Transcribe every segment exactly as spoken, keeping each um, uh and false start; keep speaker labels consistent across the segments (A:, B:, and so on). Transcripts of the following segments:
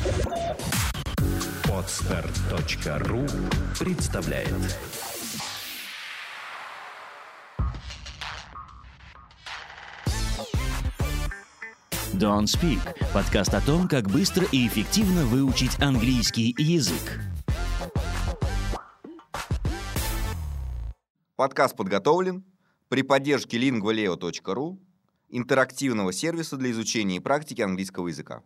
A: Подстер точка ру представляет.
B: Don't Speak – подкаст о том, как быстро и эффективно выучить английский язык.
C: Подкаст подготовлен при поддержке лингвалео точка ру, интерактивного сервиса для изучения и практики английского языка.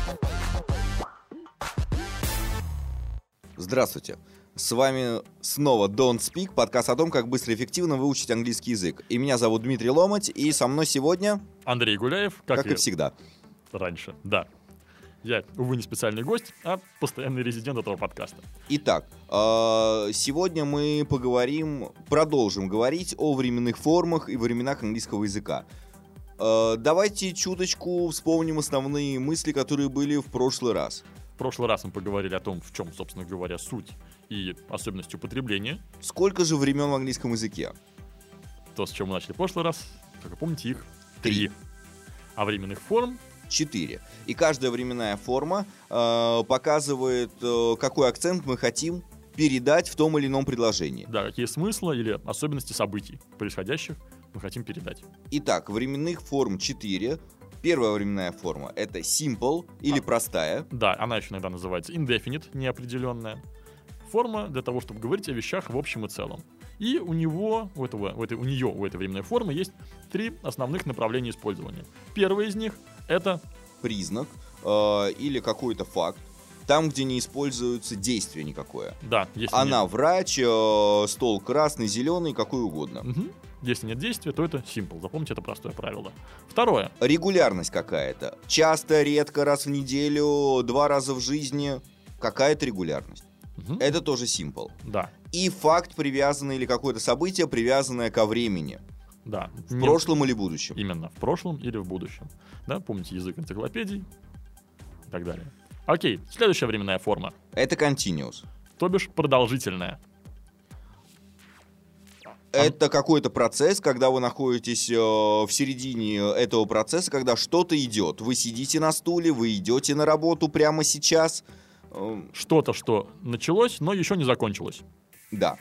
C: Здравствуйте! С вами снова Don't Speak, подкаст о том, как быстро и эффективно выучить английский язык. И меня зовут Дмитрий Ломоть, и со мной сегодня...
D: Андрей Гуляев, как,
C: как и, и всегда.
D: Раньше, да. Я, увы, не специальный гость, а постоянный резидент этого подкаста.
C: Итак, сегодня мы поговорим, продолжим говорить о временных формах и временах английского языка. Давайте чуточку вспомним основные мысли, которые были в прошлый раз.
D: В прошлый раз мы поговорили о том, в чем, собственно говоря, суть и особенности употребления.
C: Сколько же времен в английском языке?
D: То, с чем мы начали в прошлый раз, как вы помните, их
C: три.
D: три. А временных форм
C: четыре. И каждая временная форма э, показывает, э, какой акцент мы хотим передать в том или ином предложении.
D: Да, какие смыслы или особенности событий, происходящих, мы хотим передать.
C: Итак, временных форм четыре. Первая временная форма — это simple или а, простая.
D: Да, она еще иногда называется indefinite, неопределенная. Форма для того, чтобы говорить о вещах в общем и целом. И у него, у, этого, у, этой, у нее, у этой временной формы есть три основных направления использования. Первое из них — это
C: признак э, или какой-то факт, там, где не используется действие никакое.
D: Да, если
C: Она
D: нет...
C: врач, э, стол красный, зеленый, какой угодно.
D: Угу. Если нет действия, то это simple. Запомните, это простое правило. Второе.
C: Регулярность какая-то. Часто, редко, раз в неделю, два раза в жизни. Какая-то регулярность. Угу. Это тоже simple.
D: Да.
C: И факт привязанный или какое-то событие, привязанное ко времени.
D: Да.
C: В Нет. прошлом или будущем.
D: Именно, в прошлом или в будущем. Да, помните язык энциклопедий и так далее. Окей, следующая временная форма.
C: Это continuous.
D: То бишь продолжительная.
C: Это какой-то процесс, когда вы находитесь э, в середине этого процесса, когда что-то идет. Вы сидите на стуле, вы идете на работу прямо сейчас. Э,
D: Что-то, что началось, но еще не закончилось.
C: Да.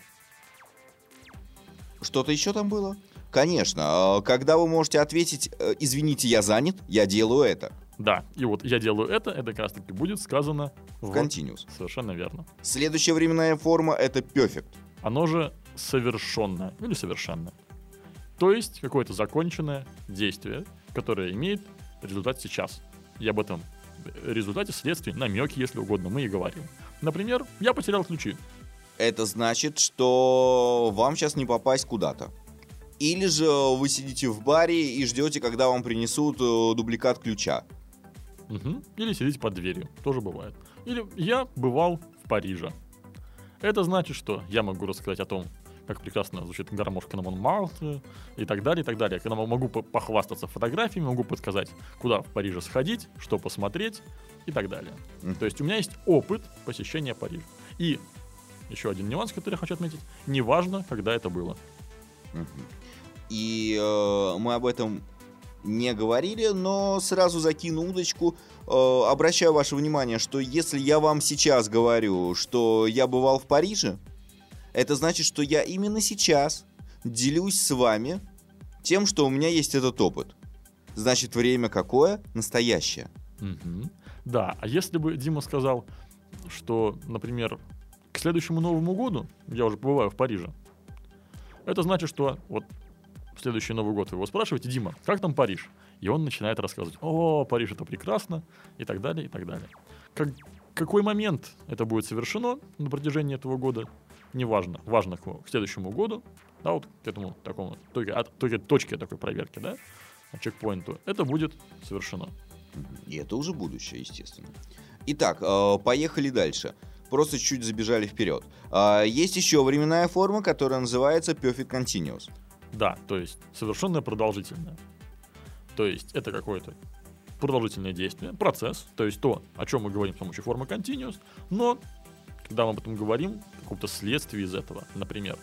C: Что-то еще там было? Конечно. Э, когда вы можете ответить, э, извините, я занят, я делаю это.
D: Да, и вот я делаю это, это как раз таки будет сказано
C: в continuous.
D: Совершенно верно.
C: Следующая временная форма — это perfect.
D: Оно же совершенное или совершенное. То есть какое-то законченное действие, которое имеет результат сейчас. И об этом результате, следствии, намеки, если угодно, мы и говорим. Например, я потерял ключи.
C: Это значит, что вам сейчас не попасть куда-то. Или же вы сидите в баре и ждете, когда вам принесут дубликат ключа.
D: Угу. Или сидите под дверью. Тоже бывает. Или я бывал в Париже. Это значит, что я могу рассказать о том, как прекрасно звучит гармошка на Монмартре и так далее, и так далее. Я могу похвастаться фотографиями, могу подсказать, куда в Париже сходить, что посмотреть и так далее. Mm. То есть у меня есть опыт посещения Парижа. И еще один нюанс, который я хочу отметить. Неважно, когда это было.
C: Mm-hmm. И э, мы об этом не говорили, но сразу закину удочку. Э, обращаю ваше внимание, что если я вам сейчас говорю, что я бывал в Париже, это значит, что я именно сейчас делюсь с вами тем, что у меня есть этот опыт. Значит, время какое? Настоящее.
D: Mm-hmm. Да, а если бы Дима сказал, что, например, к следующему Новому году я уже побываю в Париже, это значит, что вот в следующий Новый год вы его спрашиваете: Дима, как там Париж? И он начинает рассказывать: о, Париж — это прекрасно, и так далее, и так далее. Как, какой момент это будет совершено на протяжении этого года, неважно. Важно к, к следующему году, да, вот к этому такому, только, от, только точке такой проверки, да, чекпоинту, это будет совершено.
C: И это уже будущее, естественно. Итак, поехали дальше. Просто чуть забежали вперед. Есть еще временная форма, которая называется perfect continuous.
D: Да, то есть совершенно продолжительное. То есть это какое-то продолжительное действие, процесс, то есть то, о чем мы говорим с помощью формы continuous, но когда мы об этом говорим, каком-то следствии из этого, например,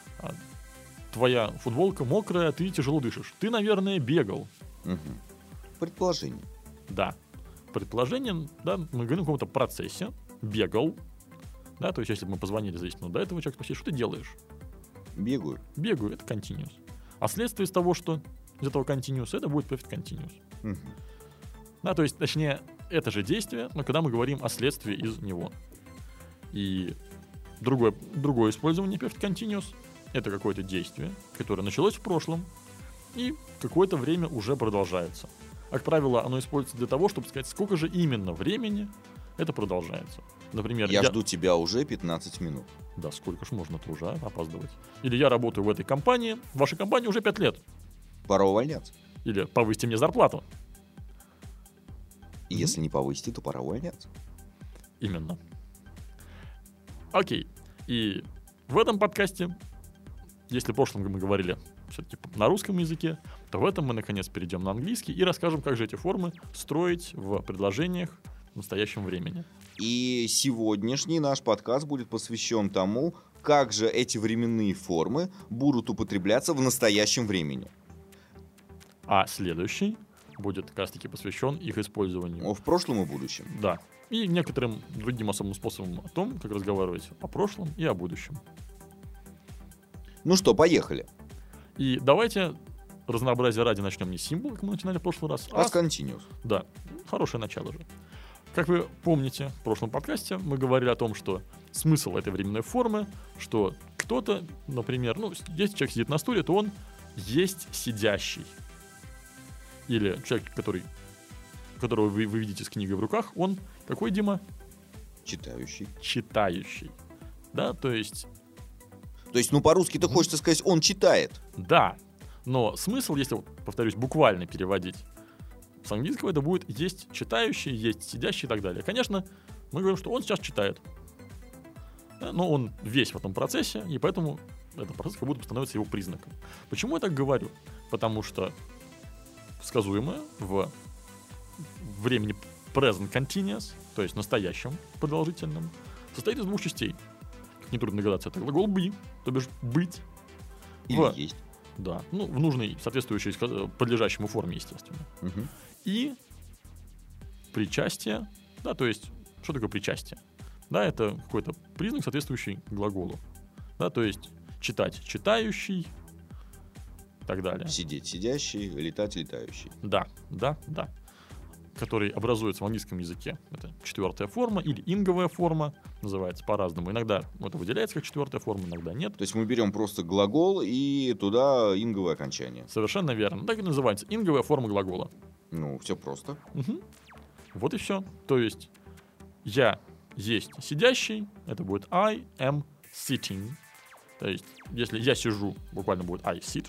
D: твоя футболка мокрая, ты тяжело дышишь, ты, наверное, бегал.
C: Угу. Предположение.
D: Да. предположение, да, мы говорим о каком-то процессе, бегал, да, то есть если бы мы позвонили за десять минут до этого, человек спросит, что ты делаешь?
C: Бегаю.
D: Бегаю, это continuous. А следствие из того, что из этого continuous, это будет perfect continuous.
C: Мгм.
D: Да, то есть, точнее, это же действие, но когда мы говорим о следствии из него. И другое, другое использование perfect continuous — это какое-то действие, которое началось в прошлом и какое-то время уже продолжается. А, как правило, оно используется для того, чтобы сказать, сколько же именно времени это продолжается. Например,
C: Я жду тебя уже пятнадцать минут.
D: Да, сколько ж можно тоже опаздывать. Или я работаю в этой компании, в вашей компании уже пять лет.
C: Пора увольняться.
D: Или повысьте мне зарплату.
C: И если не повысите, то пора увольняться.
D: Именно. Окей. И в этом подкасте, если в прошлом мы говорили все-таки на русском языке, то в этом мы наконец перейдем на английский и расскажем, как же эти формы строить в предложениях в настоящем времени.
C: И сегодняшний наш подкаст будет посвящен тому, как же эти временные формы будут употребляться в настоящем времени.
D: А следующий будет как раз-таки посвящен их использованию.
C: О, в прошлом и будущем.
D: Да. И некоторым другим особым способом о том, как разговаривать о прошлом и о будущем.
C: Ну что, поехали.
D: И давайте разнообразие ради начнем не с символа, как мы начинали в прошлый раз,
C: А
D: а
C: с continuous.
D: Да, хорошее начало же. Как вы помните, в прошлом подкасте мы говорили о том, что смысл этой временной формы, что кто-то, например, ну, если человек сидит на стуле, то он есть сидящий. Или человек, который, которого вы, вы видите с книгой в руках, он какой, Дима?
C: Читающий.
D: Читающий. Да, то есть...
C: То есть, ну, по-русски-то хочется сказать, он читает.
D: Да, но смысл, если, вот, повторюсь, буквально переводить с английского, это будет есть читающий, есть сидящий и так далее. Конечно, мы говорим, что он сейчас читает. Да, но он весь в этом процессе, и поэтому этот процесс как будто становится его признаком. Почему я так говорю? Потому что сказуемое в времени present continuous, то есть настоящем продолжительном, состоит из двух частей. Как нетрудно догадаться, это глагол be, то бишь быть.
C: Или
D: в,
C: есть.
D: Да, ну, в нужной, соответствующей подлежащему форме, естественно.
C: Угу.
D: И причастие, да, то есть, что такое причастие? Да, это какой-то признак, соответствующий глаголу. Да, то есть, читать, читающий, и так далее.
C: Сидеть сидящий, летать летающий.
D: Да, да, да. Который образуется в английском языке. Это четвертая форма или инговая форма, называется по-разному. Иногда это выделяется как четвертая форма, иногда нет.
C: То есть мы берем просто глагол и туда инговое окончание.
D: Совершенно верно. Так и называется инговая форма глагола.
C: Ну, все просто.
D: Угу. Вот и все. То есть я есть сидящий, это будет I am sitting. То есть если я сижу, буквально будет I sit.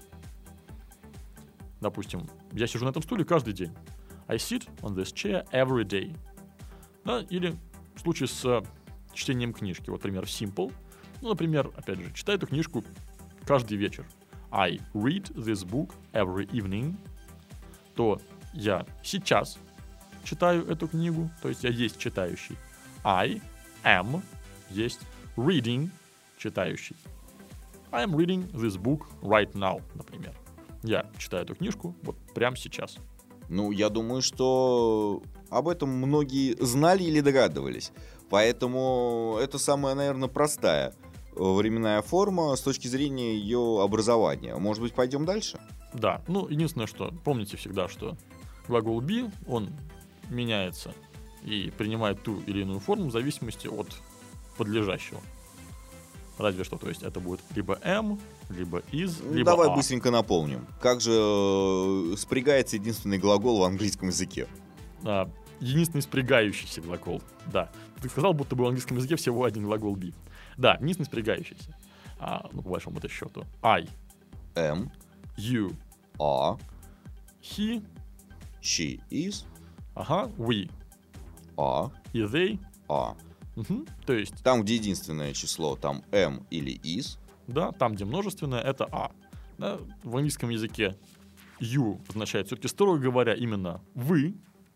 D: Допустим, я сижу на этом стуле каждый день. I sit on this chair every day. Да, или в случае с uh, чтением книжки, вот пример simple. Ну, например, опять же, читаю эту книжку каждый вечер. I read this book every evening. То я сейчас читаю эту книгу, то есть я есть читающий. I am есть reading, читающий. I am reading this book right now, например. Я читаю эту книжку вот прямо сейчас.
C: Ну, я думаю, что об этом многие знали или догадывались. Поэтому это самая, наверное, простая временная форма с точки зрения ее образования. Может быть, пойдем дальше?
D: Да, ну, единственное, что помните всегда, что глагол be, он меняется и принимает ту или иную форму в зависимости от подлежащего. Разве что, то есть это будет либо am, либо is,
C: Ну,
D: либо
C: давай
D: are.
C: быстренько напомним. Как же э, спрягается единственный глагол в английском языке?
D: А, единственный спрягающийся глагол, да. Ты сказал, будто бы в английском языке всего один глагол be. Да, единственный спрягающийся. А, ну, по большому счету. I,
C: Am,
D: you,
C: are,
D: he,
C: she is,
D: ага, we
C: are,
D: и they.
C: are.
D: Угу. То есть,
C: Там, где единственное число, там am или is.
D: да, там, где множественное, это a. Да, в английском языке you означает, все-таки, строго говоря, именно вы.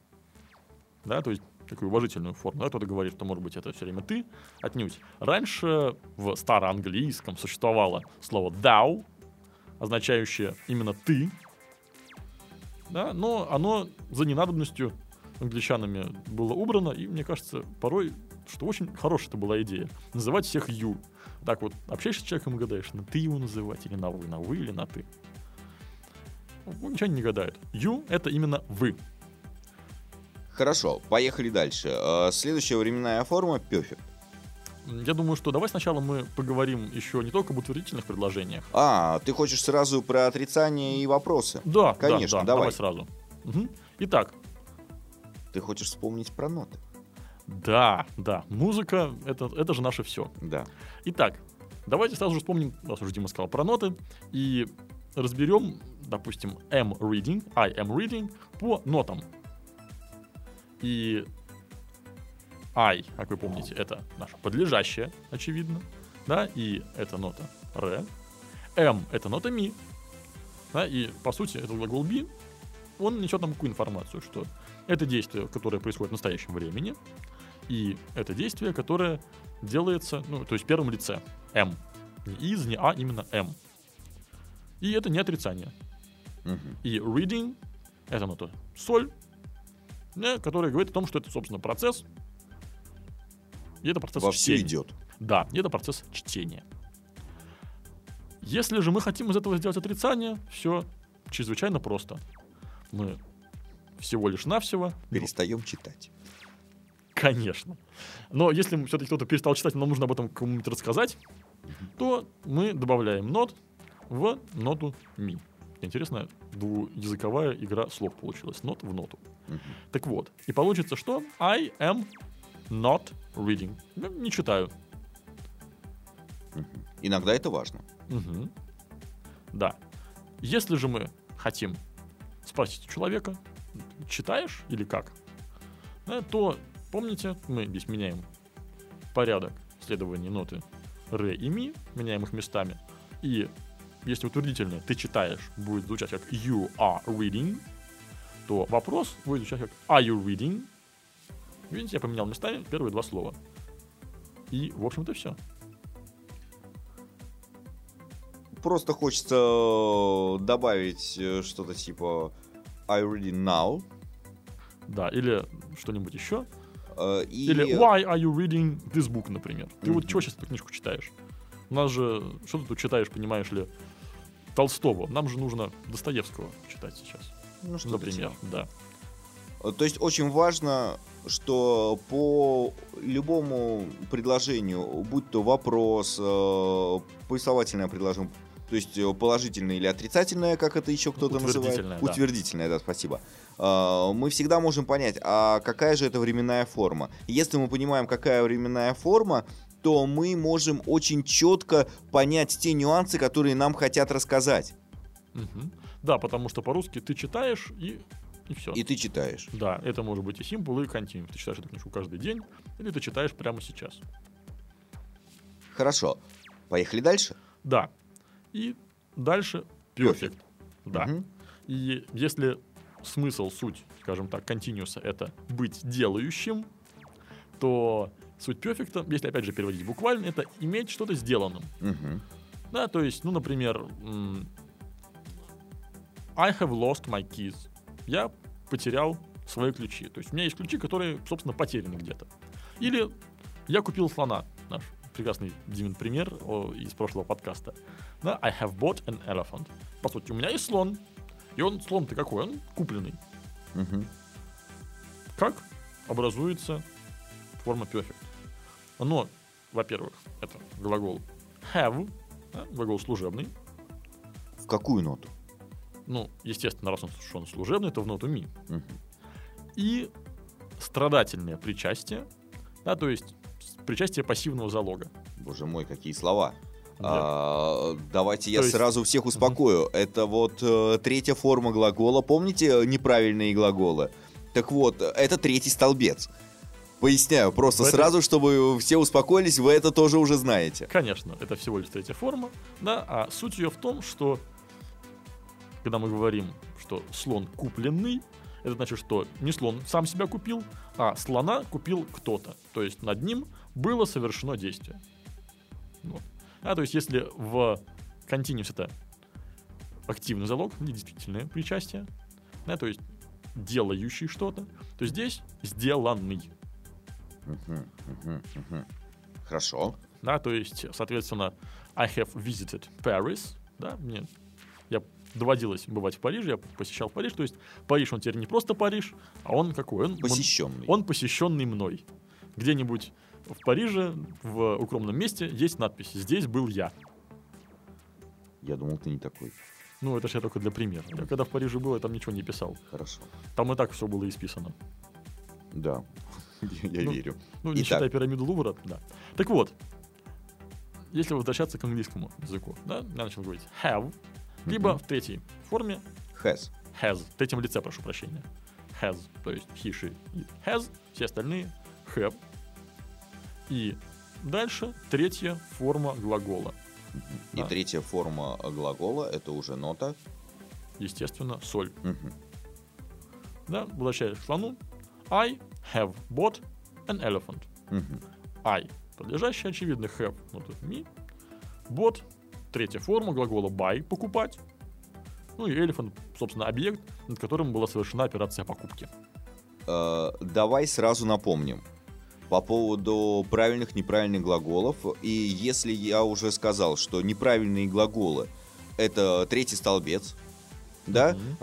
D: Да, то есть такую уважительную форму. Да, кто-то говорит, что, может быть, это все время ты. Отнюдь. Раньше в староанглийском существовало слово thou, означающее именно ты. Да, но оно за ненадобностью англичанами было убрано, и мне кажется, порой, что очень хорошая это была идея. Называть всех «you». Так вот, общаешься с человеком и гадаешь, на «ты» его называть, или на «вы», на «вы» или на «ты». Ну, ничего не гадают. «You» — это именно «вы».
C: Хорошо, поехали дальше. Э, Следующая временная форма — perfect.
D: Я думаю, что давай сначала мы поговорим еще не только об утвердительных предложениях.
C: А, ты хочешь сразу про отрицание и вопросы?
D: Да,
C: Конечно,
D: да, да,
C: давай.
D: давай сразу. Угу. Итак,
C: Ты хочешь вспомнить про ноты?
D: да, да, музыка это, это же наше все.
C: Да.
D: Итак, давайте сразу же вспомним, раз уже Дима сказал про ноты, и разберем, допустим, am reading, I am reading по нотам. И I, как вы помните, это наша подлежащая, очевидно, да, и это нота ре. M — это нота ми, да, и, по сути, этот глагол be, он несет нам какую информацию, что это действие, которое происходит в настоящем времени, и это действие, которое делается, ну, то есть в первом лице, M. Не is, не а, именно M. И это не отрицание.
C: Мгм.
D: И reading — это нота соль, да, которая говорит о том, что это, собственно, процесс, и это процесс
C: Вовсю
D: чтения.
C: идет.
D: Да, и это процесс чтения. Если же мы хотим из этого сделать отрицание, все чрезвычайно просто. Мы всего лишь навсего...
C: Перестаем читать.
D: Конечно. Но если все-таки кто-то перестал читать, нам нужно об этом кому-нибудь рассказать, то мы добавляем not в ноту ми. Интересная двуязыковая игра слов получилась. Not в ноту.
C: Мгм.
D: Так вот. И получится, что I am not reading. Я не читаю.
C: Мгм. Иногда это важно.
D: Мгм. Да. Если же мы хотим спросить у человека, читаешь или как, да, то помните, мы здесь меняем порядок следования ноты ре и ми, меняем их местами. И если утвердительное «ты читаешь» будет звучать как you are reading, то вопрос будет звучать как are you reading. Видите, я поменял местами первые два слова. И, в общем-то, все.
C: Просто хочется э, добавить э, что-то типа I read it now.
D: Да, или что-нибудь еще.
C: э, и...
D: Или why are you reading this book, например. Ты вот
C: Мгм.
D: чего сейчас эту книжку читаешь? У нас же, что ты тут читаешь, понимаешь ли, Толстого. Нам же нужно Достоевского читать сейчас,
C: Ну, что-то
D: например,
C: типа.
D: да.
C: Э, То есть очень важно, что по любому предложению, будь то вопрос, э, повествовательное предложение, то есть э, положительное или отрицательное, как это еще кто-то называет.
D: Утвердительное, да.
C: Утвердительное, да, спасибо. Э, Мы всегда можем понять, а какая же это временная форма. Если мы понимаем, какая временная форма, то мы можем очень четко понять те нюансы, которые нам хотят рассказать.
D: Мгм. Да, потому что по-русски ты читаешь и, и все.
C: И ты читаешь.
D: Да, это может быть и simple, и continuous. Ты читаешь эту книжку каждый день, или ты читаешь прямо сейчас.
C: Хорошо. Поехали дальше?
D: Да. И дальше perfect. Да.
C: Мгм.
D: И если смысл, суть, скажем так, continuous — это быть делающим, то суть перфекта, если опять же переводить буквально, это иметь что-то сделанным.
C: Мгм.
D: Да, то есть, ну, например, м, I have lost my keys. Я потерял свои ключи. То есть у меня есть ключи, которые, собственно, потеряны где-то. Или я купил слона. Наш прекрасный Димин пример о, из прошлого подкаста. Да, I have bought an elephant. По сути, у меня есть слон. И он, слон-то какой? Он купленный.
C: Мгм.
D: Как образуется форма perfect? Оно, во-первых, это глагол have, да, глагол служебный.
C: В какую ноту?
D: Ну, естественно, раз он, что он служебный, то в ноту ми.
C: Мгм.
D: И страдательное причастие, да, то есть с- причастие пассивного залога.
C: Боже мой, какие слова.
D: Да.
C: А, давайте я
D: То есть-
C: сразу всех успокою. Это вот э, третья форма глагола. Помните э, неправильные глаголы? Так вот, э, это третий столбец. Поясняю, просто
D: В этой-
C: сразу, чтобы все успокоились, вы это тоже уже знаете.
D: Конечно, это всего лишь третья форма, да, а суть ее в том, что когда мы говорим, что слон купленный, это значит, что не слон сам себя купил, а слона купил кто-то. То есть над ним было совершено действие. Вот. А, то есть если в continuous это активный залог, недействительное причастие, да, то есть делающий что-то, то здесь сделанный.
C: Угу, угу, угу. Хорошо.
D: Да, то есть, соответственно, I have visited Paris, да, мне, я доводилось бывать в Париже, я посещал Париж, то есть Париж, он теперь не просто Париж, а он какой? Он
C: посещенный.
D: Он, он посещенный мной. Где-нибудь в Париже, в укромном месте, есть надпись «Здесь был я».
C: Я думал, ты не такой.
D: Ну, это же я только для примера. Я когда в Париже был, я там ничего не писал.
C: Хорошо.
D: Там и так все было исписано.
C: Да, я
D: ну,
C: верю.
D: Ну, не Итак. считая пирамиду Лувра, да. Так вот, если возвращаться к английскому языку, да, я начал говорить have, либо mm-hmm. в третьей форме
C: has.
D: Has. В третьем лице, прошу прощения. Has, то есть he, she, it. Has, все остальные have. И дальше третья форма глагола.
C: И
D: да.
C: третья форма глагола — это уже нота.
D: Естественно, соль.
C: Mm-hmm.
D: Да, возвращаясь к слону. I have bought an elephant.
C: Mm-hmm.
D: I. Подлежащий, очевидно, have. Ну, тут me. Bought. Третья форма глагола buy. Покупать. Ну и elephant, собственно, объект, над которым была совершена операция покупки.
C: Э, давай сразу напомним. По поводу правильных, неправильных глаголов. И если я уже сказал, что неправильные глаголы — это третий столбец, да, mm-hmm.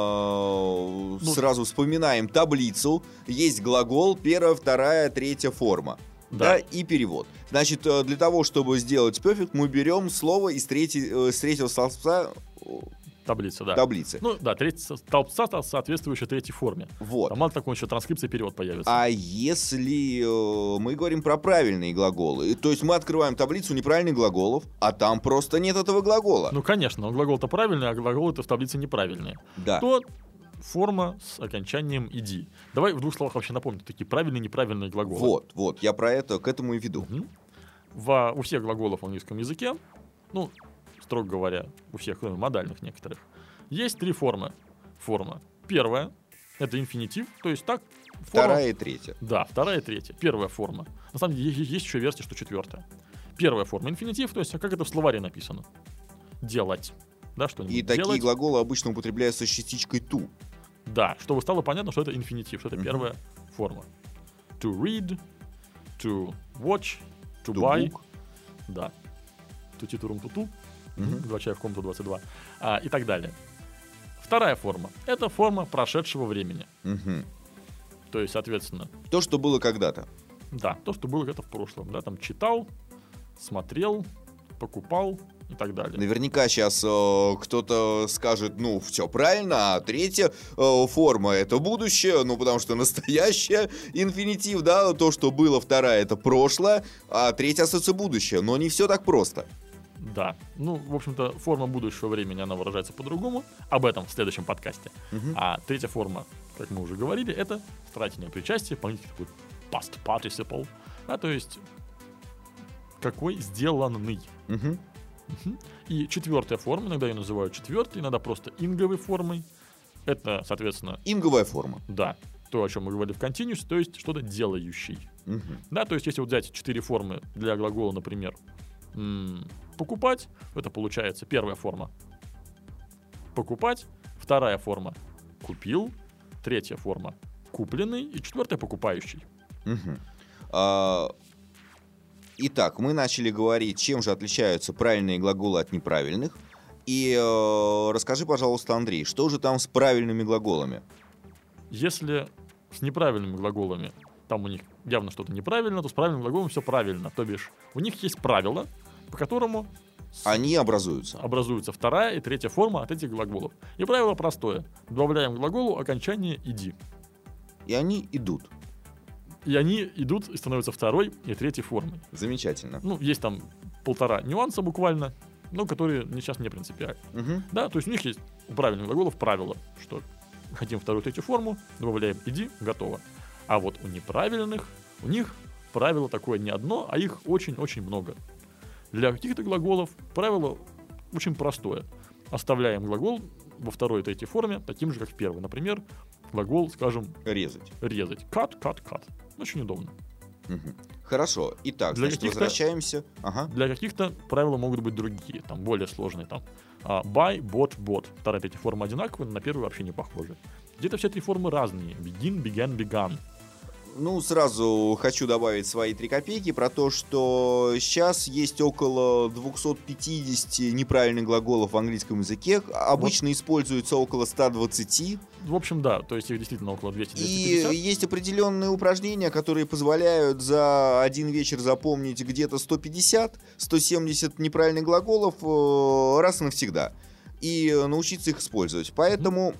C: а, ну, сразу вспоминаем таблицу. Есть глагол, первая, вторая, третья форма. Да. Да, и перевод. Значит, для того, чтобы сделать perfect, мы берем слово из третьей, с третьего столбца.
D: Таблица, да.
C: Таблицы.
D: Ну, да, третий столбца, соответствующая третьей форме.
C: Вот.
D: Там мало такого еще транскрипция, перевод появится.
C: А если э, мы говорим про правильные глаголы, то есть мы открываем таблицу неправильных глаголов, а там просто нет этого глагола.
D: Ну, конечно, глагол-то правильный, а глаголы-то в таблице неправильные.
C: Да.
D: То форма с окончанием «иди». Давай в двух словах вообще напомню, такие правильные и неправильные глаголы.
C: Вот, вот, я про это, к этому и веду.
D: Угу. Во, у всех глаголов в английском языке, ну, строго говоря, у всех, кроме модальных некоторых, есть три формы. Форма первая — это инфинитив, то есть так. Форма...
C: Вторая и третья.
D: Да, вторая и третья. Первая форма. На самом деле есть еще версия, что четвертая. Первая форма — инфинитив, то есть как это в словаре написано. Делать. Да, что-нибудь
C: и
D: делать.
C: Такие глаголы обычно употребляются с частичкой to.
D: Да, чтобы стало понятно, что это инфинитив, что это uh-huh. первая форма. To read, to watch, to, to buy. Book. Да. Тути-турум туту. Uh-huh. Два чая в комнату двадцать два. А, и так далее. Вторая форма — это форма прошедшего времени.
C: Uh-huh.
D: То есть, соответственно...
C: То, что было когда-то.
D: Да, то, что было когда-то в прошлом. Да, там читал, смотрел, покупал и так далее.
C: Наверняка сейчас э, кто-то скажет, ну, все правильно, а третья э, форма — это будущее, ну, потому что настоящее инфинитив, да, то, что было, вторая — это прошлое, а третья остается будущее. Но не все так просто.
D: Да, ну, в общем-то, форма будущего времени, она выражается по-другому. Об этом в следующем подкасте.
C: Uh-huh.
D: А третья форма, как мы уже говорили, это старательное причастие, по-английски такой past participle, да, то есть какой сделанный.
C: Uh-huh.
D: Uh-huh. И четвертая форма, иногда ее называют четвертой, иногда просто инговой формой. Это, соответственно...
C: Инговая форма.
D: Да, то, о чем мы говорили в continuous, то есть что-то делающий.
C: Uh-huh.
D: Да, то есть если вот взять четыре формы для глагола, например, м- покупать, это получается первая форма покупать, вторая форма купил, третья форма купленный и четвертая покупающий.
C: Uh-huh. А... Итак, мы начали говорить, чем же отличаются правильные глаголы от неправильных. И э, расскажи, пожалуйста, Андрей, что же там с правильными глаголами?
D: Если с неправильными глаголами там у них явно что-то неправильно, то с правильным глаголом все правильно. То бишь, у них есть правило, по которому
C: они образуются.
D: Образуется вторая и третья форма от этих глаголов. И правило простое. Добавляем к глаголу окончание «иди».
C: И они идут.
D: И они идут и становятся второй и третьей формой.
C: Замечательно.
D: Ну, есть там полтора нюанса буквально, но которые сейчас не принципиальны.
C: Угу.
D: Да, то есть у них есть у правильных глаголов правило, что хотим вторую, третью форму, добавляем «иди», готово. А вот у неправильных, у них правило такое не одно, а их очень-очень много. Для каких-то глаголов правило очень простое. Оставляем глагол во второй и третьей форме таким же, как в первой. Например, глагол, скажем...
C: Резать.
D: Резать. Cut, cut, cut. Очень удобно.
C: Угу. Хорошо. Итак,
D: для
C: значит, возвращаемся. Ага.
D: Для каких-то правила могут быть другие, там более сложные. Там uh, buy, bought, bought. Вторая и третья форма одинаковые, но на первую вообще не похожи. Где-то все три формы разные. Begin, began, began.
C: Ну, сразу хочу добавить свои три копейки про то, что сейчас есть около двести пятьдесят неправильных глаголов в английском языке. Обычно вот. Используется около сто двадцать.
D: В общем, да, то есть их действительно около двухсот двухсот
C: И
D: пятидесяти.
C: есть определенные упражнения, которые позволяют за один вечер запомнить где-то сто пятьдесят - сто семьдесят неправильных глаголов раз и навсегда. И научиться их использовать. Поэтому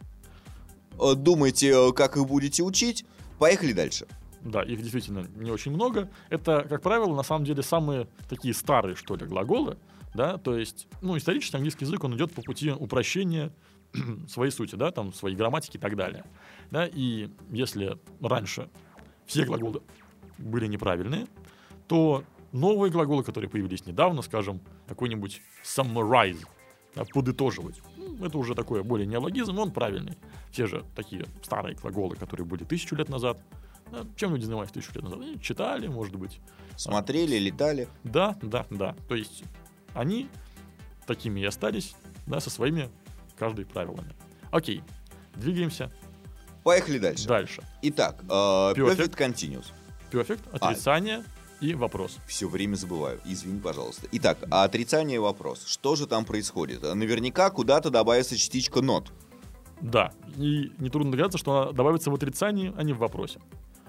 C: mm-hmm. думайте, как их будете учить. Поехали дальше.
D: Да, их действительно не очень много. Это, как правило, на самом деле самые такие старые, что ли, глаголы. Да? То есть, ну, исторически английский язык, он идет по пути упрощения своей сути, да, там, своей грамматики и так далее. Да? И если раньше все глаголы были неправильные, то новые глаголы, которые появились недавно, скажем, какой-нибудь summarize, да, подытоживать, ну, это уже такое более неологизм, он правильный. Те же такие старые глаголы, которые были тысячу лет назад. Да, чем люди занимались тысячу лет назад? Они читали, может быть.
C: Смотрели,
D: а,
C: летали.
D: Да, да, да. То есть они такими и остались, да, со своими каждой правилами. Окей, двигаемся.
C: Поехали дальше.
D: Дальше.
C: Итак, э, perfect. perfect continuous.
D: Perfect, отрицание а, и вопрос.
C: Все время забываю, извини, пожалуйста. Итак, отрицание и вопрос. Что же там происходит? Наверняка куда-то добавится частичка not.
D: Да, и нетрудно догадаться, что она добавится в отрицании, а не в вопросе.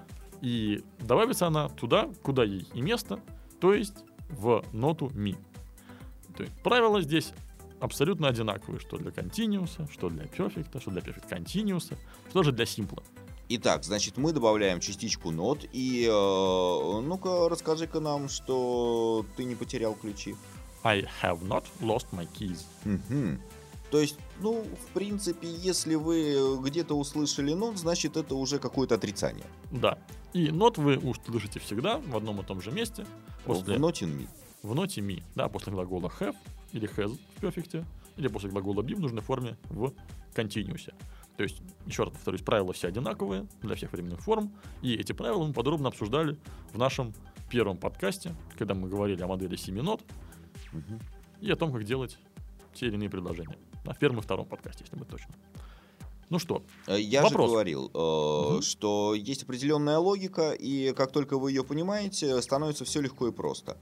D: И добавится она туда, куда ей и место, то есть в ноту me. То есть правила здесь абсолютно одинаковые, что для continuous, что для perfect, что для perfect continuous, что же для simple.
C: Итак, значит, мы добавляем частичку not, и э, ну-ка расскажи-ка нам, что ты не потерял ключи.
D: I have not lost my keys.
C: Угу. То есть, ну, в принципе, если вы где-то услышали not, значит, это уже какое-то отрицание.
D: Да. И not вы услышите всегда в одном и том же месте.
C: После... В not in me.
D: В ноте me, да, после глагола have или has в perfect, или после глагола be в нужной форме в continuous. То есть, еще раз повторюсь, правила все одинаковые для всех временных форм, и эти правила мы подробно обсуждали в нашем первом подкасте, когда мы говорили о модели семи нот угу. и о том, как делать те или иные предложения. На первом и втором подкасте, если быть точно. Ну что,
C: Я
D: вопрос.
C: же говорил, э, угу. что есть определенная логика, и как только вы ее понимаете, становится все легко и просто.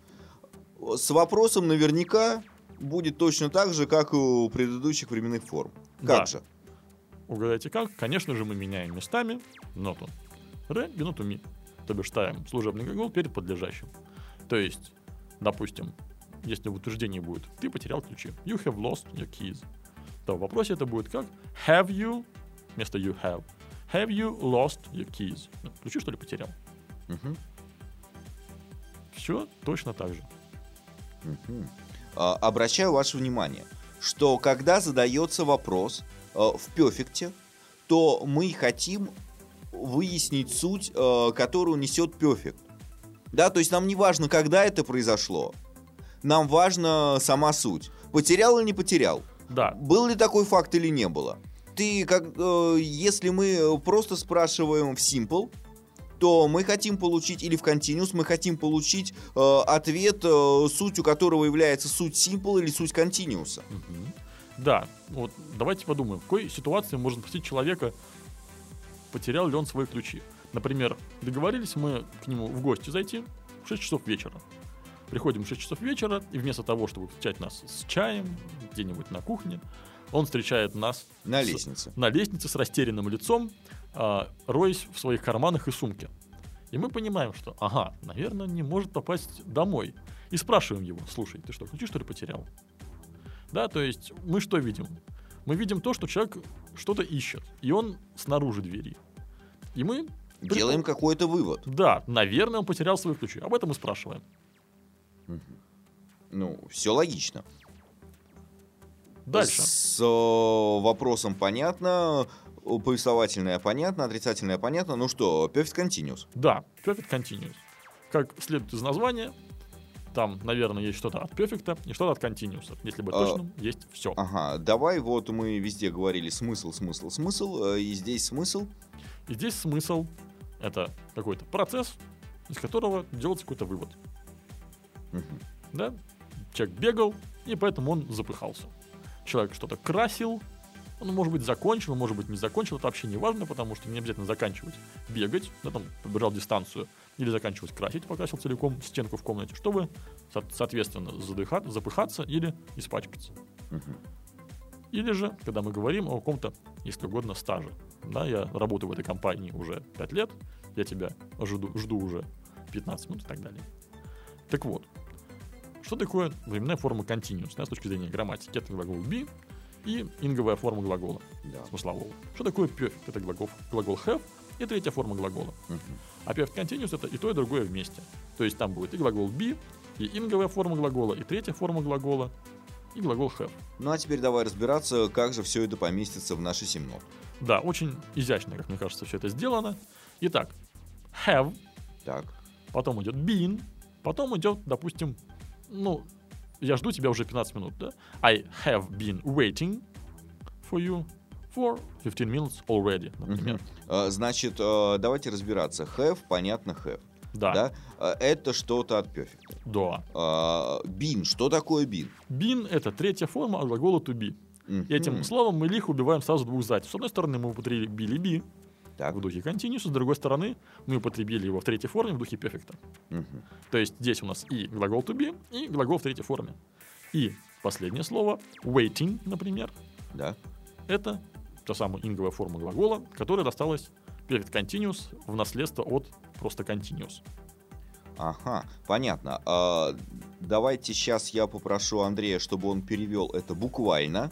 C: С вопросом наверняка будет точно так же, как и у предыдущих временных форм. Как
D: да.
C: же?
D: Угадайте как? Конечно же, мы меняем местами ноту ре и ноту ми. То бишь ставим служебный глагол перед подлежащим. То есть, допустим, если в утверждении будет «ты потерял ключи», you have lost your keys, то в вопросе это будет как have you, вместо you have, have you lost your keys? Ну, ключи, что ли, потерял?
C: Угу.
D: Все точно так же.
C: Угу. А, обращаю ваше внимание, что когда задается вопрос э, в перфекте, то мы хотим выяснить суть, э, которую несет перфект. Да, то есть нам не важно, когда это произошло, нам важна сама суть. Потерял или не потерял?
D: Да.
C: Был ли такой факт или не было? Ты, как, э, если мы просто спрашиваем в simple, то мы хотим получить, или в continuous, мы хотим получить э, ответ, э, сутью которого является суть simple или суть continuous.
D: Угу. Да, вот давайте подумаем, в какой ситуации можно спросить человека, потерял ли он свои ключи. Например, договорились мы к нему в гости зайти в шесть часов вечера. Приходим в шесть часов вечера, и вместо того, чтобы встречать нас с чаем где-нибудь на кухне, он встречает нас
C: на
D: с,
C: лестнице.
D: на лестнице с растерянным лицом, э, роясь в своих карманах и сумке. И мы понимаем, что, ага, наверное, не может попасть домой. И спрашиваем его: слушай, ты что, ключи, что ли, потерял? Да, то есть мы что видим? Мы видим то, что человек что-то ищет, и он снаружи двери. И мы
C: делаем прикол... какой-то вывод.
D: Да, наверное, он потерял свои ключи. Об этом мы спрашиваем.
C: Ну, все логично.
D: Дальше.
C: С, с вопросом понятно, повествовательное понятно, отрицательное понятно. Ну что, perfect continuous.
D: Да, perfect continuous. Как следует из названия, там, наверное, есть что-то от perfect и что-то от continuous. Если быть точным, а, есть все.
C: Ага, давай, вот мы везде говорили смысл, смысл, смысл, и здесь смысл.
D: И здесь смысл — это какой-то процесс, из которого делается какой-то вывод.
C: Угу.
D: Да? Человек бегал, и поэтому он запыхался. Человек что-то красил, Он может быть закончил, может быть не закончил, это вообще не важно, потому что не обязательно заканчивать бегать, да, там, побежал дистанцию, или заканчивать красить, покрасил целиком стенку в комнате, чтобы, со- соответственно, задыхать, запыхаться или испачкаться.
C: Мгм.
D: Или же, когда мы говорим о каком-то, если угодно, стаже. Да, я работаю в этой компании уже пять лет, я тебя жду, жду уже пятнадцать минут и так далее. Так вот, что такое временная форма continuous, да, с точки зрения грамматики? Это глагол be и инговая форма глагола,
C: Да.
D: смыслового. Что такое perfect? Это глагол, глагол have и третья форма глагола.
C: Мгм.
D: А perfect continuous — это и то, и другое вместе. То есть там будет и глагол be, и инговая форма глагола, и третья форма глагола, и глагол have.
C: Ну а теперь давай разбираться, как же все это поместится в наши семь нот.
D: Да, очень изящно, как мне кажется, все это сделано. Итак, have,
C: Так.
D: потом идет been, потом идет, допустим, ну, я жду тебя уже пятнадцать минут, да? I have been waiting for you for fifteen minutes already, например.
C: Мгм. А, Значит, а, давайте разбираться. Have, понятно, have.
D: Да, да.
C: Да? А, Это что-то от perfect. А, Been, что такое been?
D: Been — это третья форма от глагола to be.
C: Мгм.
D: И этим словом мы лихо убиваем сразу двух зайцев. С одной стороны, мы употребили be
C: Так.
D: в духе continuous, с другой стороны, мы употребили его в третьей форме в духе perfect.
C: Мгм.
D: То есть здесь у нас и глагол to be, и глагол в третьей форме. И последнее слово, waiting, например,
C: Да.
D: это та самая инговая форма глагола, которая досталась perfect continuous в наследство от просто continuous.
C: Ага, понятно. А, Давайте сейчас я попрошу Андрея, чтобы он перевел это буквально.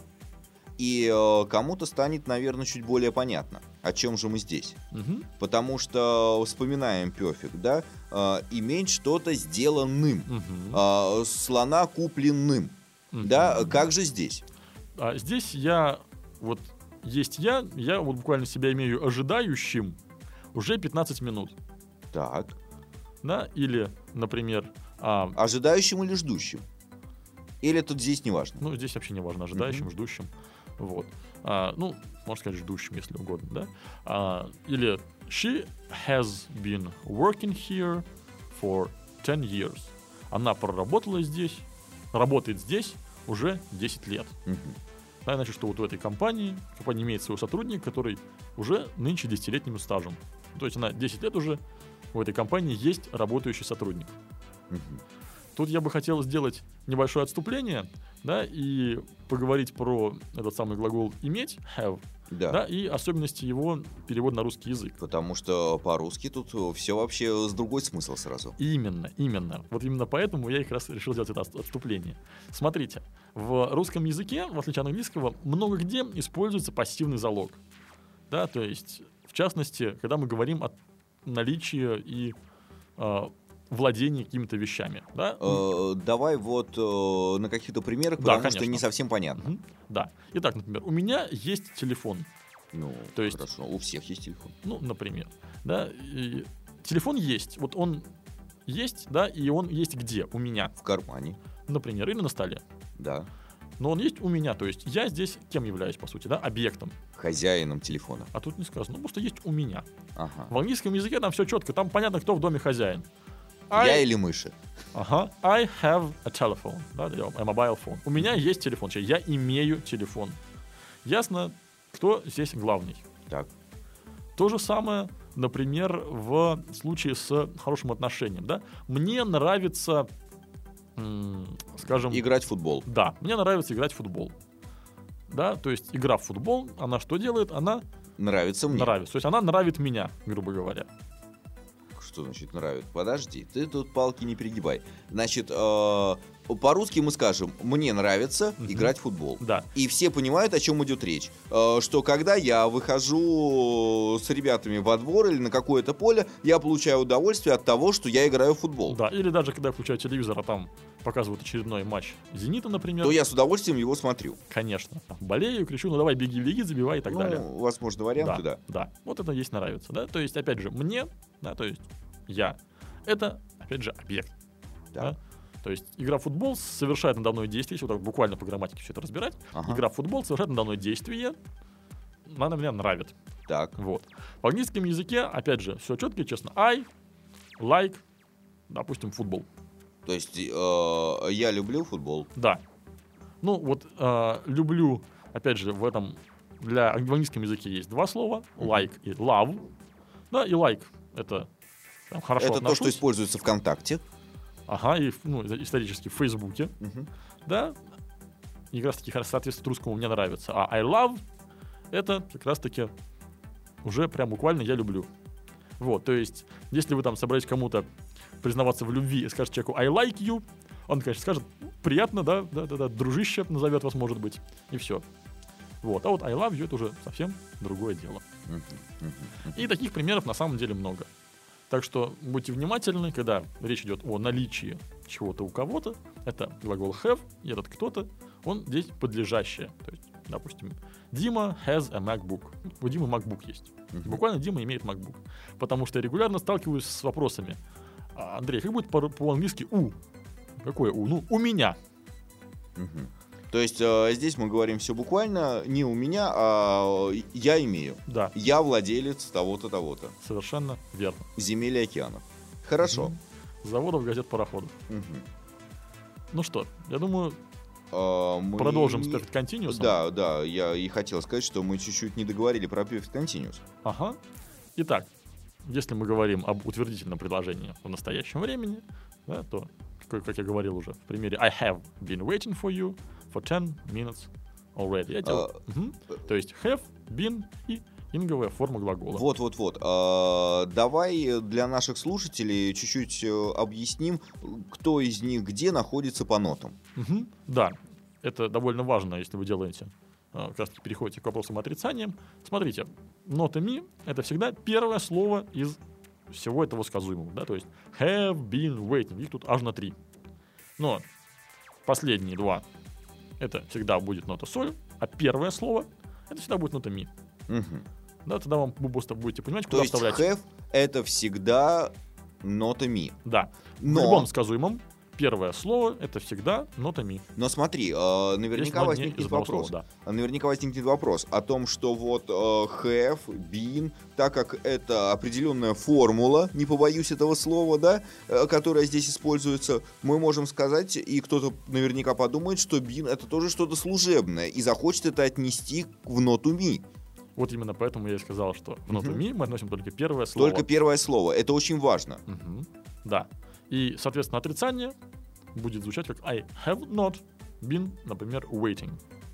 C: И э, кому-то станет, наверное, чуть более понятно, о чем же мы здесь.
D: Мгм.
C: Потому что вспоминаем perfect, да, э, иметь что-то сделанным,
D: Мгм.
C: э, слона купленным,
D: Мгм.
C: да, как же здесь?
D: А здесь я, вот есть я, я вот буквально себя имею ожидающим уже пятнадцать минут,
C: Так,
D: да, или, например, а,
C: ожидающим или ждущим? Или тут здесь не важно?
D: ну, здесь вообще не важно, ожидающим,
C: Мгм.
D: ждущим, вот. А, ну, можно сказать, ждущим, если угодно, да. А, или she has been working here for ten years. Она проработала здесь, работает здесь уже десять лет.
C: Мгм.
D: Да, значит, что вот в этой компании, компания имеет своего сотрудника, который уже нынче десятилетним стажем. То есть она десять лет уже в этой компании есть работающий сотрудник.
C: Мгм.
D: Тут я бы хотел сделать небольшое отступление, да, и поговорить про этот самый глагол «иметь», have,
C: Да.
D: да, и особенности его перевода на русский язык.
C: Потому что по-русски тут все вообще с другой смысл сразу.
D: Именно, именно. Вот именно поэтому я как раз решил сделать это отст- отступление. Смотрите, в русском языке, в отличие от английского, много где используется пассивный залог. Да, то есть, в частности, когда мы говорим о наличии и э, владении какими-то вещами. Да?
C: Э, Давай вот э, на каких-то примерах,
D: Да,
C: потому что
D: конечно.
C: не совсем понятно.
D: Мгм. Да. Итак, например, у меня есть телефон.
C: Ну,
D: То есть-
C: хорошо, у всех есть телефон.
D: Ну, например. Да, и телефон есть. Вот он есть, да, и он есть где? У меня,
C: В кармане,
D: например, или на столе.
C: да.
D: Но он есть у меня, то есть я здесь кем являюсь, по сути, да, объектом.
C: Хозяином телефона.
D: А тут не сказано, ну, просто есть у меня.
C: Ага.
D: В английском языке там все четко, там понятно, кто в доме хозяин.
C: Я
D: I,
C: или мыши?
D: ага, I have a telephone, да, или a mobile phone. У меня есть телефон, то есть я имею телефон. Ясно, кто здесь главный.
C: Так.
D: То же самое, например, в случае с хорошим отношением, да. Мне нравится, м, скажем...
C: Играть в футбол.
D: Да, мне нравится играть в футбол. Да, то есть игра в футбол, она что делает? Она
C: Нравится мне.
D: нравится. То есть она нравит меня, грубо говоря.
C: Что значит нравится? Подожди, ты тут палки не перегибай. Значит, э, по-русски мы скажем, мне нравится
D: Мгм.
C: играть в футбол.
D: Да,
C: И все понимают, о чем идет речь. Э, Что когда я выхожу с ребятами во двор или на какое-то поле, я получаю удовольствие от того, что я играю в футбол.
D: да. Или даже когда я включаю телевизор, а там показывают очередной матч «Зенита», например.
C: То я с удовольствием его смотрю.
D: Конечно. Там болею, кричу, ну давай, беги, беги, забивай и так
C: Ну,
D: далее.
C: возможно, варианты, да.
D: Да, вот это есть нравится, да. То есть, опять же, мне, да, то есть я, это, опять же, объект.
C: Да.
D: Да? То есть игра в футбол совершает надо мной действие, если вот так буквально по грамматике все это разбирать.
C: Ага.
D: Игра в футбол совершает надо мной действие, она меня нравит.
C: Так.
D: Вот. В английском языке, опять же, все четко и честно. I like, допустим, футбол.
C: То есть э, я люблю футбол.
D: Да. Ну, вот э, люблю, опять же, в этом для, в английском языке есть два слова, like и love. Да, и like — это прям хорошо
C: Это
D: отношусь.
C: то, что используется ВКонтакте.
D: Ага, и ну, исторически в Фейсбуке.
C: Угу.
D: Да, и как раз таки соответствует русскому «мне нравится». А I love — это как раз таки уже прям буквально «я люблю». Вот, то есть, если вы там собираетесь кому-то признаваться в любви и скажете человеку I like you, он, конечно, скажет приятно, да, да, да, да, дружище назовет вас, может быть, и все. Вот, а вот I love you — это уже совсем другое дело. И таких примеров на самом деле много. Так что будьте внимательны, когда речь идет о наличии чего-то у кого-то. Это глагол have, и этот кто-то, он здесь подлежащее. То есть, допустим, Дима has a MacBook. У Димы MacBook есть.
C: Uh-huh.
D: Буквально Дима имеет MacBook. Потому что я регулярно сталкиваюсь с вопросами. Андрей, как будет по- по-английски у? Какое у? Ну, у меня.
C: Uh-huh. То есть э, здесь мы говорим все буквально не у меня, а я имею.
D: Да.
C: Я владелец того-то, того-то.
D: Совершенно верно.
C: Земель и океанов. Хорошо.
D: Угу. Заводов, газет, пароходов.
C: Угу.
D: Ну что, я думаю,
C: а, мы...
D: продолжим с Perfect Continuous.
C: Да, да, я и хотел сказать, что мы чуть-чуть не договорили про Perfect Continuous.
D: Ага. Итак, если мы говорим об утвердительном предложении в настоящем времени, да, то, как, как я говорил уже в примере I have been waiting for you for ten minutes already. Я делал...
C: А...
D: угу. То есть have, been и инговая форма глагола.
C: Вот-вот-вот. А, давай для наших слушателей чуть-чуть объясним, кто из них где находится по нотам.
D: Угу. Да, это довольно важно, если вы делаете, как раз таки переходите к вопросам отрицанием. Смотрите, нота ми — это всегда первое слово из всего этого сказуемого. Да? То есть have been waiting. Их тут аж на три. Но последние два — это всегда будет нота соль, а первое слово — это всегда будет нота ми.
C: Угу.
D: Да, тогда вам вы просто будете понимать, куда
C: То есть
D: вставлять.
C: have — это всегда нота ми.
D: Да.
C: Но...
D: В любом сказуемом первое слово — это всегда нота ми.
C: Но смотри, э, наверняка
D: Если
C: возникнет вопрос.
D: Слова, да.
C: Наверняка возникнет вопрос о том, что вот э, have, been, так как это определенная формула, не побоюсь этого слова, да, э, которая здесь используется, мы можем сказать, и кто-то наверняка подумает, что been — это тоже что-то служебное, и захочет это отнести в ноту ми.
D: Вот именно поэтому я и сказал, что в ноту
C: Мгм.
D: ми мы относим только первое слово.
C: Только первое слово. Это очень важно.
D: Мгм. Да. И, соответственно, отрицание будет звучать как I have not been, например, waiting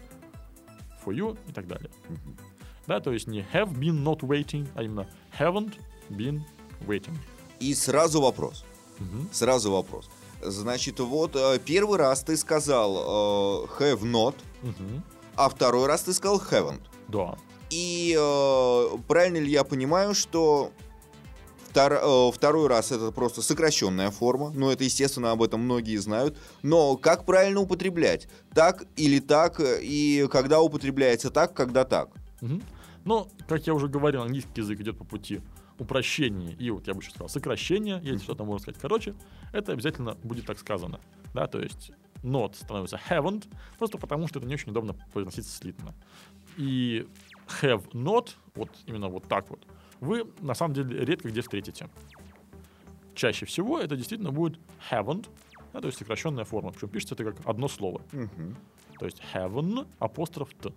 D: for you и так далее.
C: Мгм.
D: Да, то есть не have been not waiting, а именно haven't been waiting.
C: И сразу вопрос.
D: Мгм.
C: Сразу вопрос. Значит, вот э, первый раз ты сказал э, have not,
D: Мгм.
C: а второй раз ты сказал haven't.
D: Да.
C: И э, правильно ли я понимаю, что втор, э, второй раз это просто сокращенная форма? Ну, это, естественно, об этом многие знают. Но как правильно употреблять? Так или так? И когда употребляется так, когда так?
D: Мгм. Но, как я уже говорил, английский язык идет по пути упрощения и, вот я бы еще сказал, сокращения, если что-то можно сказать короче, это обязательно будет так сказано. Да, то есть not становится haven't, просто потому что это не очень удобно произносить слитно. И have not, вот именно вот так вот, вы на самом деле редко где встретите. Чаще всего это действительно будет haven't, да, то есть сокращенная форма, причем пишется это как одно слово.
C: Мгм.
D: То есть haven't, апостроф т.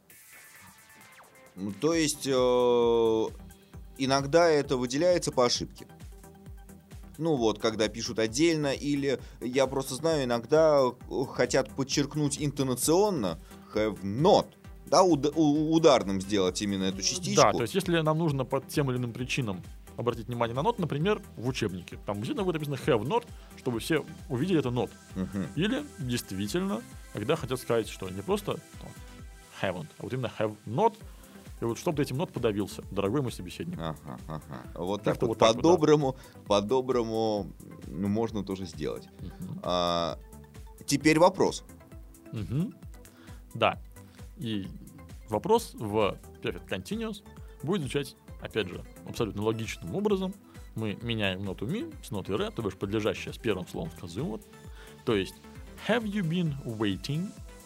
C: Ну, то есть э, иногда это выделяется по ошибке. Ну вот, когда пишут отдельно, или я просто знаю, иногда хотят подчеркнуть интонационно have not, да, уд- у- ударным сделать именно эту частичку.
D: Да, то есть если нам нужно по тем или иным причинам обратить внимание на нот, например, в учебнике, там действительно будет написано have not, чтобы все увидели это not.
C: Мгм.
D: Или действительно, когда хотят сказать, что не просто там, haven't, а вот именно have not, и вот чтобы ты этим not подавился, дорогой мой собеседник.
C: Ага, ага. Вот
D: Как-то
C: так вот,
D: вот так вот, да.
C: по-доброму, по-доброму, ну, можно тоже сделать.
D: Мгм.
C: А, теперь вопрос.
D: Мгм. Да. И вопрос в Perfect Continuous будет звучать, опять же, абсолютно логичным образом. Мы меняем ноту ми с нотой ре, то бишь подлежащее с первым словом сказуемого. То есть have you been waiting?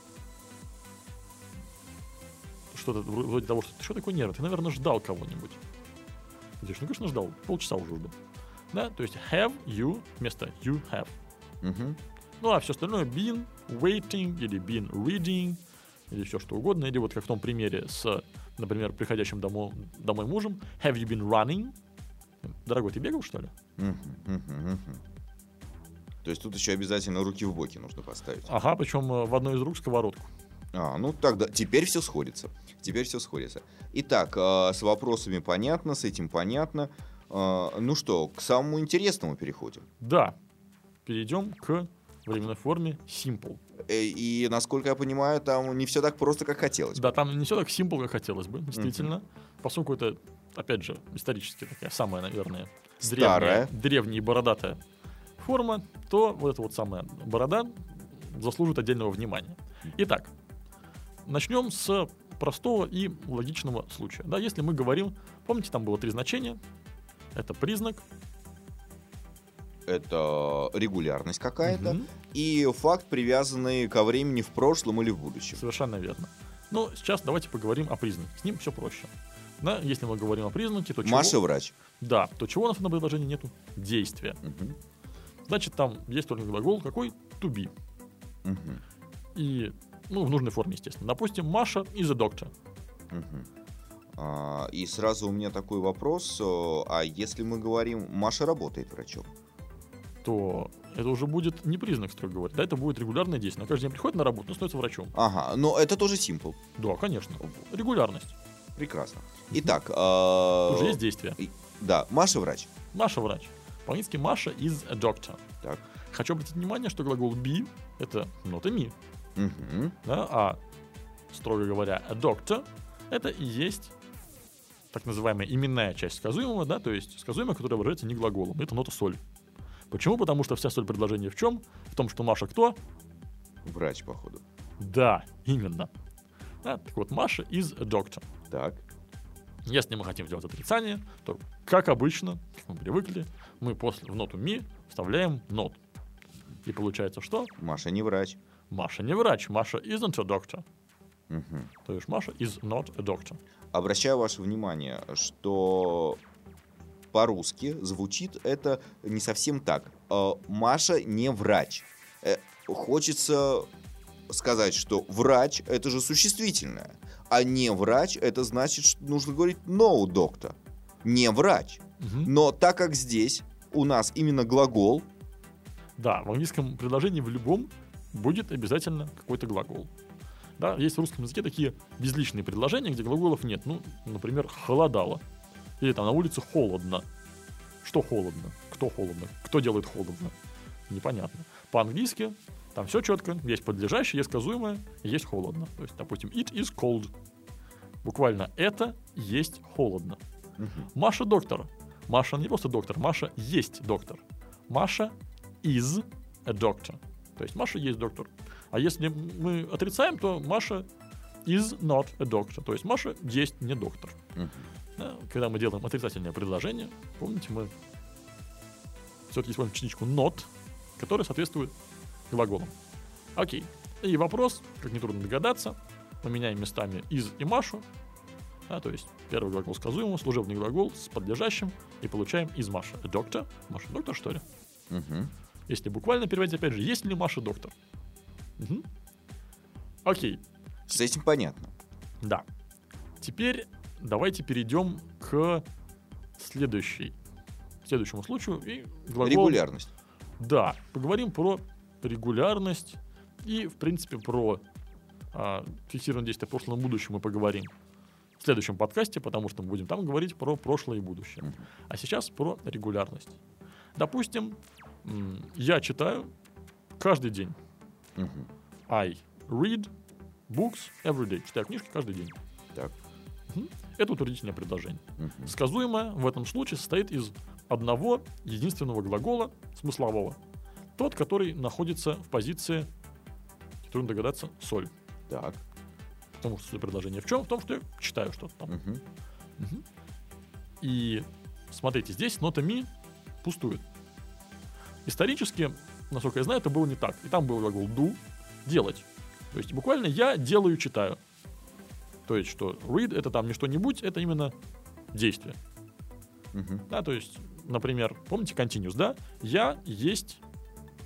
D: Что-то вроде того, что ты что такой нервный? Ты, наверное, ждал кого-нибудь. Ты говоришь, ну, конечно, ждал. Полчаса уже жду. Да, то есть have you вместо you have.
C: Мгм.
D: Ну, а все остальное been waiting или been reading или все что угодно. Или вот как в том примере с например, приходящим домой, домой мужем, have you been running? Дорогой, ты бегал, что ли?
C: Мгм, мгм, мгм. То есть тут еще обязательно руки в боки нужно поставить.
D: Ага, причем э, в одной из рук сковородку.
C: А, ну тогда теперь все сходится. Теперь все сходится. Итак, э, с вопросами понятно, с этим понятно. Э, ну что, к самому интересному переходим.
D: Да, перейдем к временной форме simple.
C: Э, и, насколько я понимаю, там не все так просто, как хотелось.
D: Да, там не все так simple, как хотелось бы, действительно. Поскольку это, опять же, исторически такая самая, наверное,
C: Старая.
D: древняя, древняя и бородатая форма, то вот эта вот самая борода заслужит отдельного внимания. Итак, начнем с простого и логичного случая. Да, если мы говорим, помните, там было три значения. Это признак.
C: Это регулярность какая-то.
D: Мгм.
C: И факт, привязанный ко времени в прошлом или в будущем.
D: Совершенно верно. Но сейчас давайте поговорим о признаке. С ним все проще. Да, если мы говорим о признаке, то чего...
C: Маша врач.
D: Да, то чего у нас на предложении нету? Действия.
C: Мгм,
D: Значит, там есть только глагол какой? To be.
C: мгм,
D: И, ну, в нужной форме, естественно. Допустим, Маша is a doctor.
C: мгм. А, и сразу у меня такой вопрос. э, А если мы говорим, Маша работает врачом?
D: То это уже будет не признак, строго говоря. Да, это будет регулярное действие. На каждый день приходит на работу, но становится врачом.
C: Ага, но это тоже simple.
D: Да, конечно. Регулярность.
C: Прекрасно. Итак, э,
D: Тут же есть действие.
C: и- да, Маша врач.
D: Маша врач. По-английски Маша is a doctor.
C: Так.
D: Хочу обратить внимание, что глагол be — это not a me.
C: Мгм.
D: Да, а, строго говоря, a doctor — это и есть так называемая именная часть сказуемого, да, то есть сказуемое, которое выражается не глаголом. Это нота соль. Почему? Потому что вся соль предложения в чем? В том, что Маша кто?
C: Врач, походу.
D: Да, именно. Да, так вот, Маша is a doctor.
C: Так.
D: Если мы хотим сделать отрицание, то, как обычно, как мы привыкли, мы после в ноту me вставляем not. И получается что?
C: Маша не врач.
D: Маша не врач, Маша isn't a doctor.
C: Мгм.
D: То есть Маша is not a doctor.
C: Обращаю ваше внимание, что по-русски звучит это не совсем так. Э, Маша не врач. Э, Хочется сказать, что врач — это же существительное, а не врач — это значит, что нужно говорить no doctor. Не врач.
D: Мгм.
C: Но так как здесь у нас именно глагол,
D: Да, в английском предложении в любом будет обязательно какой-то глагол. Да, есть в русском языке такие безличные предложения, где глаголов нет. Ну, например, холодало. Или там на улице холодно. Что холодно? Кто холодно? Кто делает холодно? Непонятно. По-английски там все четко. Есть подлежащее, есть сказуемое, есть холодно. То есть, допустим, it is cold. Буквально это есть холодно. Маша доктор. Маша не просто доктор, Маша есть доктор. Маша is a doctor. То есть Маша есть доктор. А если мы отрицаем, то Маша is not a doctor. То есть Маша есть не доктор.
C: Мгм.
D: Да, когда мы делаем отрицательное предложение, помните, мы все-таки используем частичку not, которая соответствует глаголам. Окей. И вопрос, как нетрудно догадаться, мы меняем местами is и Машу. Да, то есть первый глагол сказуемого, служебный глагол с подлежащим, и получаем из Маша. A doctor? Маша доктор, что ли?
C: Мгм.
D: Если буквально переводить, опять же, есть ли Маша доктор? Мгм. Окей,
C: С этим понятно.
D: да. Теперь давайте перейдем к следующей, следующему случаю. И глагол...
C: Регулярность.
D: Да, поговорим про регулярность и, в принципе, про а, фиксированное действие в прошлом и будущем мы поговорим в следующем подкасте, потому что мы будем там говорить про прошлое и будущее.
C: Мгм.
D: А сейчас про регулярность. Допустим, м, я читаю каждый день.
C: Мгм.
D: I read books every day. Читаю книжки каждый день.
C: Так.
D: Мгм. Это утвердительное предложение.
C: Мгм.
D: Сказуемое в этом случае состоит из одного единственного глагола смыслового. Тот, который находится в позиции, трудно догадаться, соль.
C: Так.
D: Потому что предложение в чем? В том, что я читаю что-то там.
C: Мгм.
D: Мгм. И смотрите, здесь нота ми пустует. Исторически, насколько я знаю, это было не так. И там был глагол do, делать. То есть буквально я делаю, читаю. То есть что read это там не что-нибудь, это именно действие.
C: Мгм.
D: Да, то есть, например, помните continuous, да? Я есть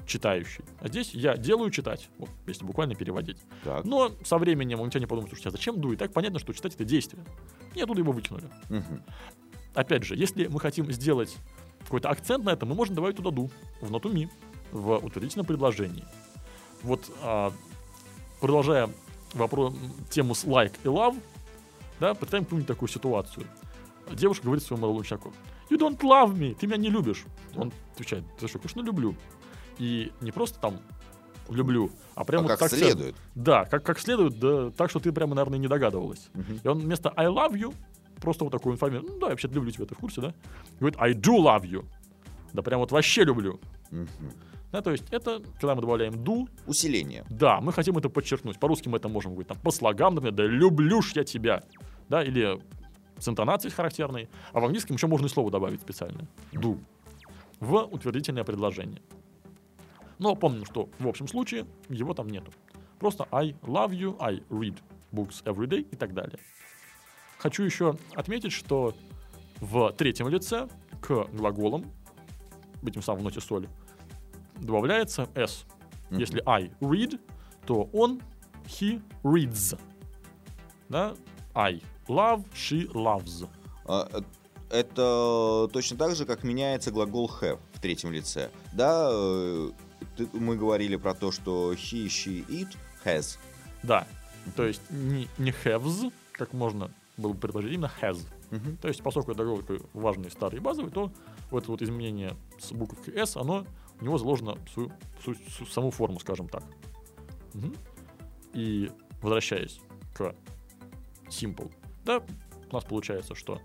D: читающий. А здесь я делаю читать, вот, если буквально переводить.
C: Так.
D: Но со временем у тебя не подумают, что а зачем do? И так понятно, что читать — это действие. И оттуда его выкинули.
C: Мгм.
D: Опять же, если мы хотим сделать какой-то акцент на этом, мы можем добавить туда do, в not to me, в утвердительном предложении. Вот, а, продолжая вопрос, тему с like и love, да, представим какую-нибудь такую ситуацию. Девушка говорит своему молодому человеку: you don't love me, ты меня не любишь. Он отвечает: ты что, конечно, люблю. И не просто там люблю, а прямо
C: А
D: вот
C: как
D: так
C: следует.
D: Да, как, как следует, да, так, что ты прямо, наверное, не догадывалась.
C: Мгм.
D: И он вместо I love you просто вот такую информацию: ну да, я вообще люблю тебя, ты в курсе, да? Говорит I do love you. Да прям вот вообще люблю.
C: Мгм.
D: Да, то есть это, когда мы добавляем do,
C: Усиление.
D: да, мы хотим это подчеркнуть. По-русски мы это можем говорить там по слогам, например, да люблю ж я тебя. Да, или с интонацией характерной. А в английском еще можно и слово добавить специально. Do. В утвердительное предложение. Но помним, что в общем случае его там нету. Просто I love you, I read books every day и так далее. Хочу еще отметить, что в третьем лице к глаголам, этим самым в ноте соль, добавляется s.
C: Мгм.
D: Если I read, то он, he reads. Да? I love, she loves.
C: А, э, Это точно так же, как меняется глагол have в третьем лице. Да, э, ты- мы говорили про то, что he, she, it, has.
D: Да. То есть не, не haves, как можно было бы предложить, именно has.
C: Мгм.
D: То есть, поскольку это глагол такой важный, старый и базовый, то вот это вот изменение с буковкой s, оно у него заложено в свою, в свою- в свою саму форму, скажем так. Мгм. И возвращаясь к simple, да, у нас получается, что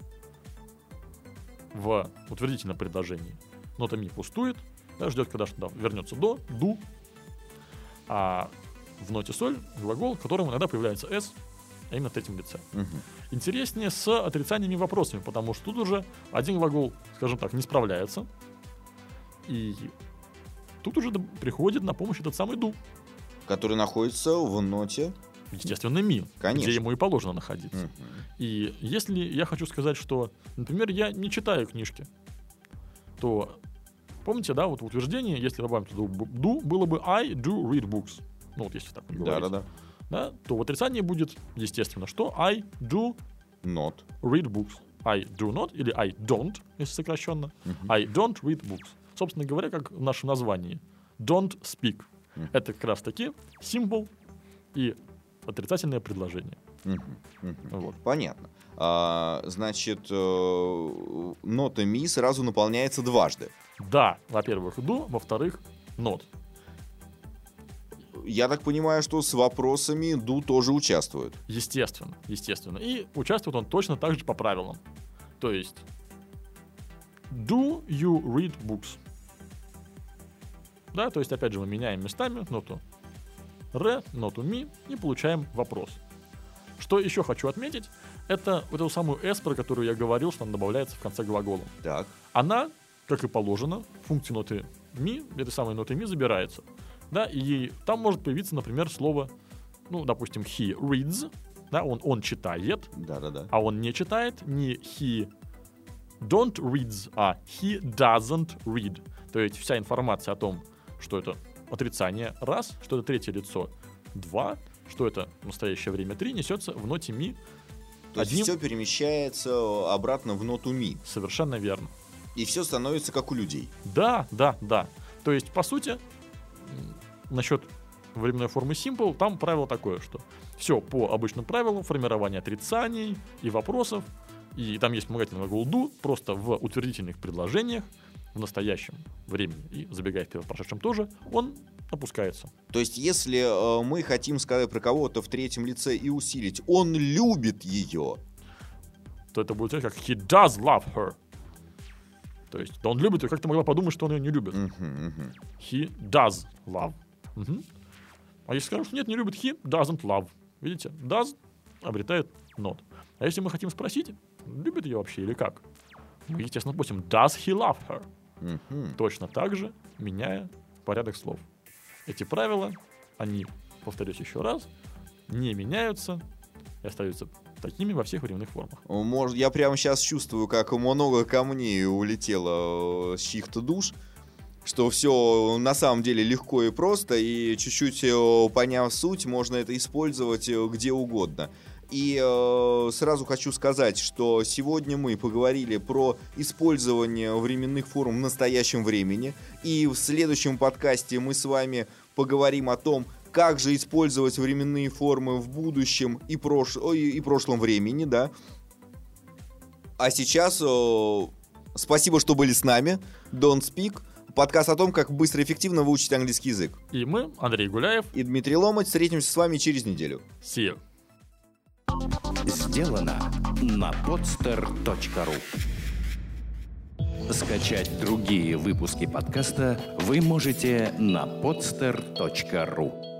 D: в утвердительном предложении нота ми пустует, да, ждет, когда что вернется до, do, а в ноте соль глагол, в котором иногда появляется s, а именно в третьем лице.
C: Мгм.
D: Интереснее с отрицаниями и вопросами, потому что тут уже один глагол, скажем так, не справляется, и тут уже д- приходит на помощь этот самый do,
C: Который находится в ноте.
D: естественно, ми,
C: Конечно.
D: где ему и положено находиться.
C: Мгм.
D: И если я хочу сказать, что, например, я не читаю книжки, то помните, да, вот в утверждении, если добавим туда б- do, было бы I do read books. Ну вот если так говорить.
C: Да-да-да.
D: Да, то в отрицании будет, естественно, что I do
C: Not.
D: read books. I do not или I don't, если сокращенно.
C: Мгм.
D: I don't read books. Собственно говоря, как в нашем названии. Don't speak.
C: Мгм.
D: Это как раз таки символ и отрицательное предложение.
C: Мгм. Мгм.
D: Вот.
C: Понятно. А, значит, э, нота ми сразу наполняется дважды.
D: Да, во-первых, do, во-вторых, not.
C: Я так понимаю, что с вопросами ду тоже участвует.
D: Естественно, естественно. И участвует он точно так же по правилам. То есть, do you read books? Да, то есть, опять же, мы меняем местами ноту re, ноту mi и получаем вопрос. Что еще хочу отметить, это вот эту самую s, про которую я говорил, что она добавляется в конце глагола.
C: Так.
D: Она, как и положено, функции ноты ми, этой самой ноты ми забирается. Да, и там может появиться, например, слово, ну, допустим, he reads, да, он, он читает,
C: Да-да-да.
D: а он не читает, не he don't reads, а he doesn't read. То есть вся информация о том, что это отрицание, раз, что это третье лицо, два, что это в настоящее время, три, несется в ноте ми.
C: То есть
D: одним-
C: все перемещается обратно в ноту ми.
D: Совершенно верно.
C: И все становится как у людей.
D: Да, да, да. То есть, по сути, м, насчет временной формы simple, там правило такое, что все по обычным правилам формирования отрицаний и вопросов, и там есть вспомогательный глагол do, просто в утвердительных предложениях в настоящем времени, и забегая вперед в прошедшем тоже, он опускается.
C: То есть, если э, мы хотим сказать про кого-то в третьем лице и усилить, он любит ее.
D: То это будет как he does love her. То есть, да он любит ее, как ты могла подумать, что он ее не любит?
C: Мгм, мгм.
D: He does love. Мгм. А если скажем, что нет, не любит, he doesn't love. Видите, does обретает not. А если мы хотим спросить, любит ее вообще или как? Мы, естественно, спросим, does he love her?
C: Мгм.
D: Точно так же, меняя порядок слов. Эти правила, они, повторюсь еще раз, не меняются и остаются такими во всех временных формах.
C: Может, я прямо сейчас чувствую, как много камней улетело э, с чьих-то душ. что все на самом деле легко и просто, и чуть-чуть э, поняв суть, можно это использовать э, где угодно. И э, сразу хочу сказать, что сегодня мы поговорили про использование временных форм в настоящем времени, и в следующем подкасте мы с вами поговорим о том, как же использовать временные формы в будущем и, прош... и, и прошлом времени, да. А сейчас э, спасибо, что были с нами. Don't Speak. Подкаст о том, как быстро и эффективно выучить английский язык.
D: И мы, Андрей Гуляев
C: И Дмитрий Ломать, встретимся с вами через неделю.
D: See you.
A: Сделано на podster точка ру. Скачать другие выпуски подкаста вы можете на podster точка ру.